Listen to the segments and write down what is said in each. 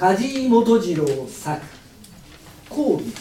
梶井元次郎作講義。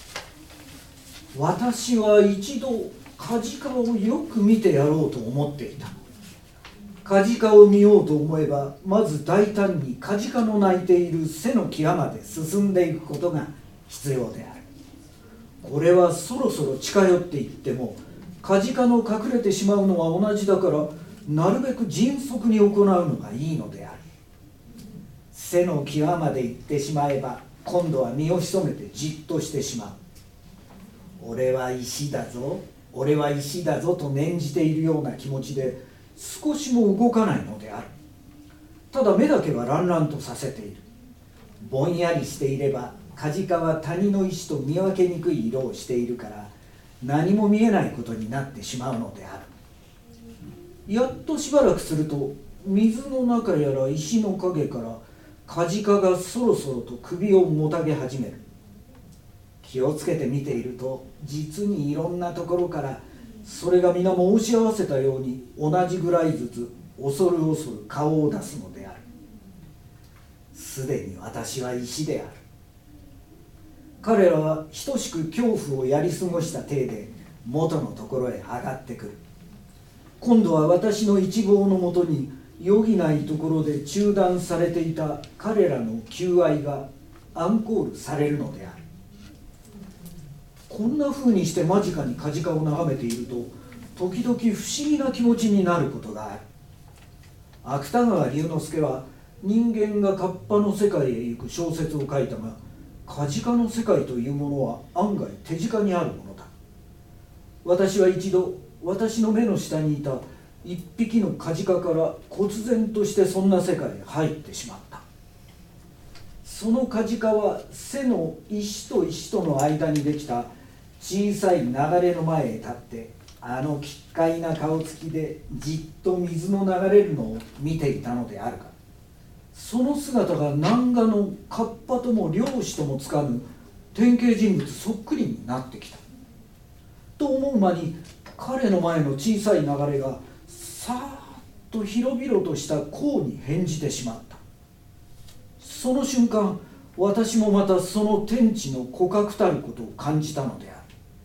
私は一度梶川をよく見てやろうと思っていた。梶川を見ようと思えば、まず大胆に梶川の鳴いている背の際まで進んでいくことが必要である。これはそろそろ近寄っていっても梶川の隠れてしまうのは同じだから、なるべく迅速に行うのがいいのである。背の際まで行ってしまえば、今度は身を潜めてじっとしてしまう。俺は石だぞ、俺は石だぞと念じているような気持ちで少しも動かないのである。ただ目だけはランランとさせている。ぼんやりしていれば梶川は谷の石と見分けにくい色をしているから、何も見えないことになってしまうのである。やっとしばらくすると、水の中やら石の影から梶川がそろそろと首をもたげ始める。気をつけて見ていると、実にいろんなところからそれが皆申し合わせたように同じぐらいずつ恐る恐る顔を出すのである。すでに私は石である。彼らは等しく恐怖をやり過ごした体で元のところへ上がってくる。今度は私の一望のもとに余儀ないところで中断されていた彼らの求愛がアンコールされるのである。こんな風にして間近に梶川を眺めていると、時々不思議な気持ちになることがある。芥川龍之介は人間が河童の世界へ行く小説を書いたが、梶川の世界というものは案外手近にあるものだ。私は一度、私の目の下にいた一匹の梶川から忽然としてそんな世界へ入ってしまった。その梶川は背の石と石との間にできた小さい流れの前へ立って、あの奇怪な顔つきでじっと水の流れるのを見ていたのであるが、その姿が南画の河童とも漁師ともつかぬ典型人物そっくりになってきた。と思う間に彼の前の小さい流れがさーっと広々とした弧に変じてしまった。その瞬間、私もまたその天地の骨格たることを感じたのである。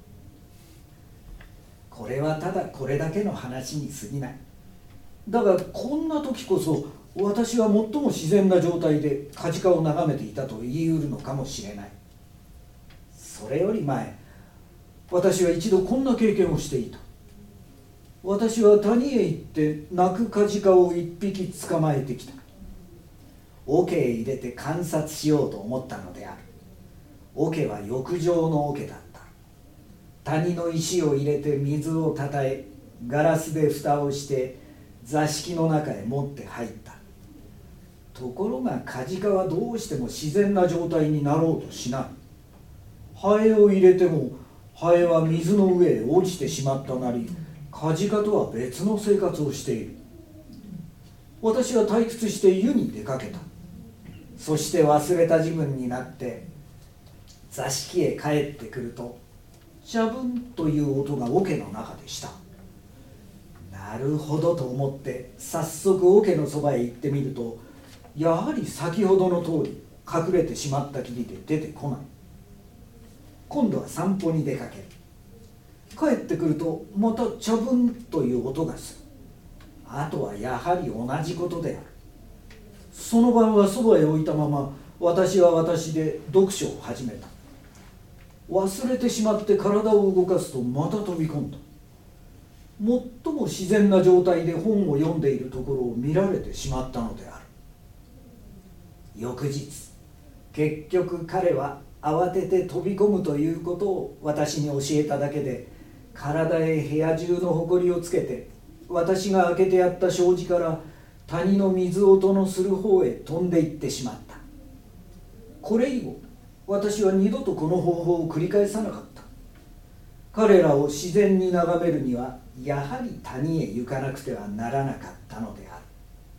これはただこれだけの話に過ぎない。だがこんな時こそ私は最も自然な状態で梶川を眺めていたと言い得るのかもしれない。それより前、私は一度こんな経験をしていた。私は谷へ行って泣く梶川を一匹捕まえてきた。桶へ入れて観察しようと思ったのである。桶は浴場の桶だった。谷の石を入れて水をたたえ、ガラスで蓋をして座敷の中へ持って入った。ところが梶川はどうしても自然な状態になろうとしない。ハエを入れてもハエは水の上へ落ちてしまったなり、梶川とは別の生活をしている。私は退屈して湯に出かけた。そして忘れた自分になって座敷へ帰ってくると、シャブンという音が桶の中でした。なるほどと思って早速桶のそばへ行ってみると、やはり先ほどの通り隠れてしまったきりで出てこない。今度は散歩に出かける。帰ってくるとまたチャブンという音がする。あとはやはり同じことである。その晩はそばへ置いたまま、私は私で読書を始めた。忘れてしまって体を動かすとまた飛び込んだ。最も自然な状態で本を読んでいるところを見られてしまったのである。翌日、結局彼は慌てて飛び込むということを私に教えただけで、体へ部屋中のほこりをつけて、私が開けてやった障子から谷の水音のする方へ飛んでいってしまった。これ以後、私は二度とこの方法を繰り返さなかった。彼らを自然に眺めるには、やはり谷へ行かなくてはならなかったのである。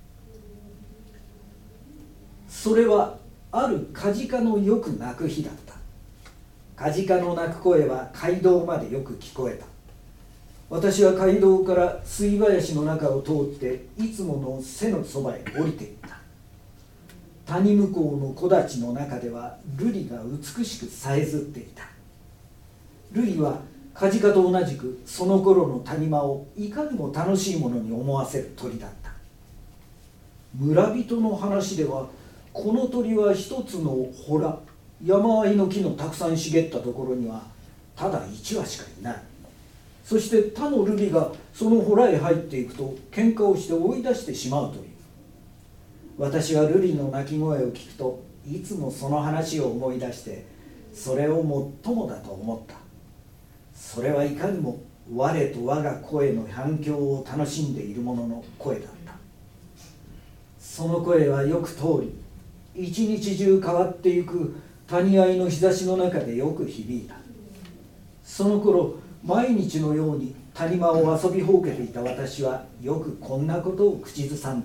それはある梶川のよく鳴く日だった。梶川の鳴く声は街道までよく聞こえた。私は街道から杉林の中を通っていつもの背のそばへ降りていった。 谷向こうの木立の中では瑠璃が美しくさえずっていた。瑠璃はカジカと同じくその頃の谷間をいかにも楽しいものに思わせる鳥だった。村人の話ではこの鳥は一つの洞、山あいの木のたくさん茂ったところにはただ1羽しかいない。そして他のルビがその洞へ入っていくと喧嘩をして追い出してしまうという。私はルリの鳴き声を聞くといつもその話を思い出してそれをもっともだと思った。それはいかにも我と我が声の反響を楽しんでいる者の声だった。その声はよく通り一日中変わってゆく谷合の日差しの中でよく響いた。その頃毎日のように谷間を遊びほうけていた私はよくこんなことを口ずさんだ。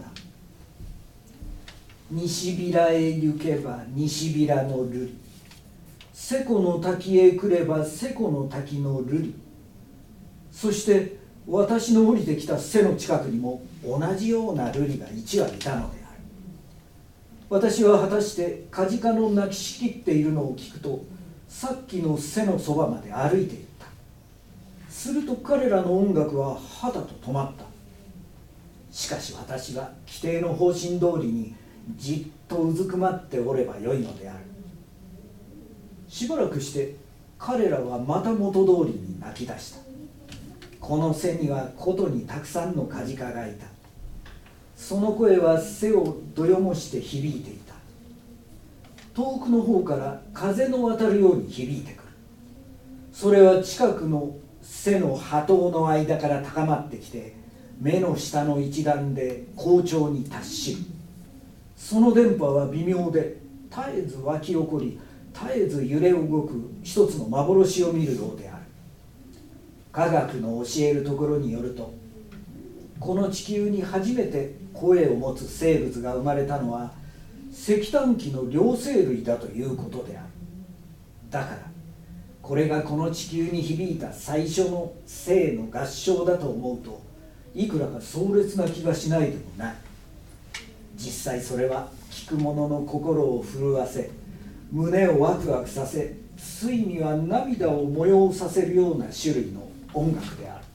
西平へ行けば西平の瑠璃、セコの滝へ来ればセコの滝の瑠璃。そして私の降りてきた背の近くにも同じような瑠璃が1羽いたのである。私は果たしてカジカの鳴きしきっているのを聞くとさっきの背のそばまで歩いていった。すると彼らの音楽ははたと止まった。しかし私は規定の方針通りにじっとうずくまっておればよいのである。しばらくして彼らはまた元通りに鳴き出した。この背にはことにたくさんのカジカがいた。その声は背をどよもして響いていた。遠くの方から風の渡るように響いてくる。それは近くの背の波頭の間から高まってきて目の下の一段で高潮に達しる。その電波は微妙で絶えず湧き起こり絶えず揺れ動く一つの幻を見るようである。科学の教えるところによるとこの地球に初めて声を持つ生物が生まれたのは石炭紀の両生類だということである。だからこれがこの地球に響いた最初の生の合唱だと思うといくらか壮烈な気がしないでもない。実際それは聞く者の心を震わせ胸をワクワクさせついには涙を催させるような種類の音楽である。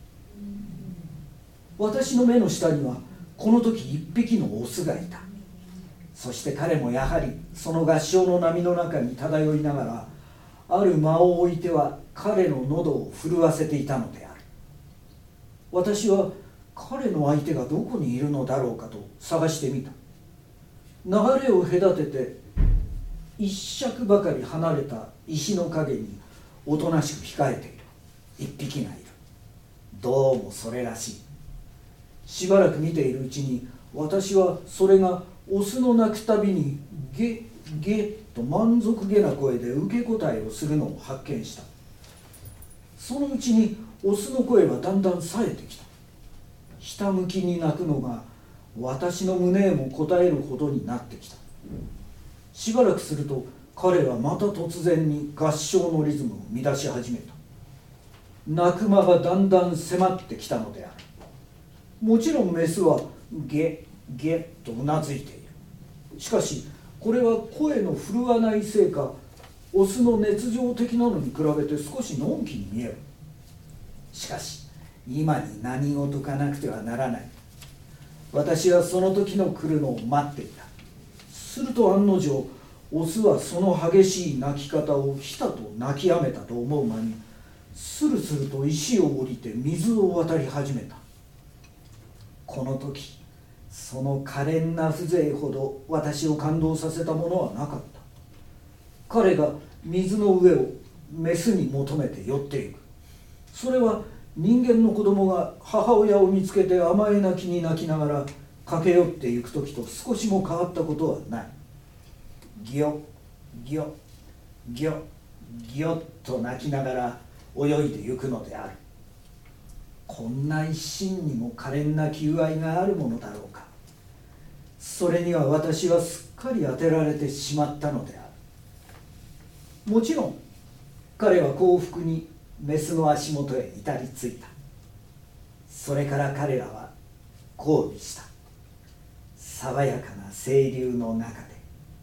私の目の下にはこの時一匹のオスがいた。そして彼もやはりその合唱の波の中に漂いながらある間を置いては彼の喉を震わせていたのである。私は彼の相手がどこにいるのだろうかと探してみた。流れを隔てて一尺ばかり離れた石の陰におとなしく控えている一匹がいる。どうもそれらしい。しばらく見ているうちに私はそれがオスの鳴くたびにゲッゲッと満足げな声で受け答えをするのを発見した。そのうちにオスの声はだんだん冴えてきた。ひたむきに鳴くのが私の胸へも応えるほどになってきた。しばらくすると彼はまた突然に合唱のリズムを乱し始めた。鳴く間がだんだん迫ってきたのである。もちろんメスはゲッゲッとうなずいている。しかしこれは声の振るわないせいかオスの熱情的なのに比べて少しのんきに見える。しかし今に何事かなくてはならない。私はその時の来るのを待っていた。すると案の定オスはその激しい鳴き方をひたと鳴きやめたと思う間にスルスルと石を降りて水を渡り始めた。この時その可憐な風情ほど私を感動させたものはなかった。彼が水の上をメスに求めて寄っていく。それは人間の子供が母親を見つけて甘え泣きに泣きながら駆け寄っていく時と少しも変わったことはない。ギョギョギョギョッと泣きながら泳いでゆくのである。こんな一心にも可憐な求愛があるものだろうか。それには私はすっかり当てられてしまったのである。もちろん彼は幸福にメスの足元へ至りついた。それから彼らは交尾した。爽やかな清流の中で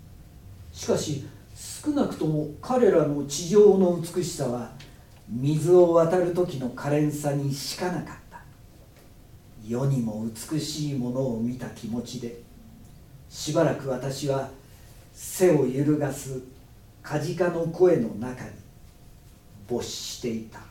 しかし少なくとも彼らの地上の美しさは水を渡る時の可憐さにしかなかった。世にも美しいものを見た気持ちでしばらく私は背を揺るがすカジカの声の中に没していた。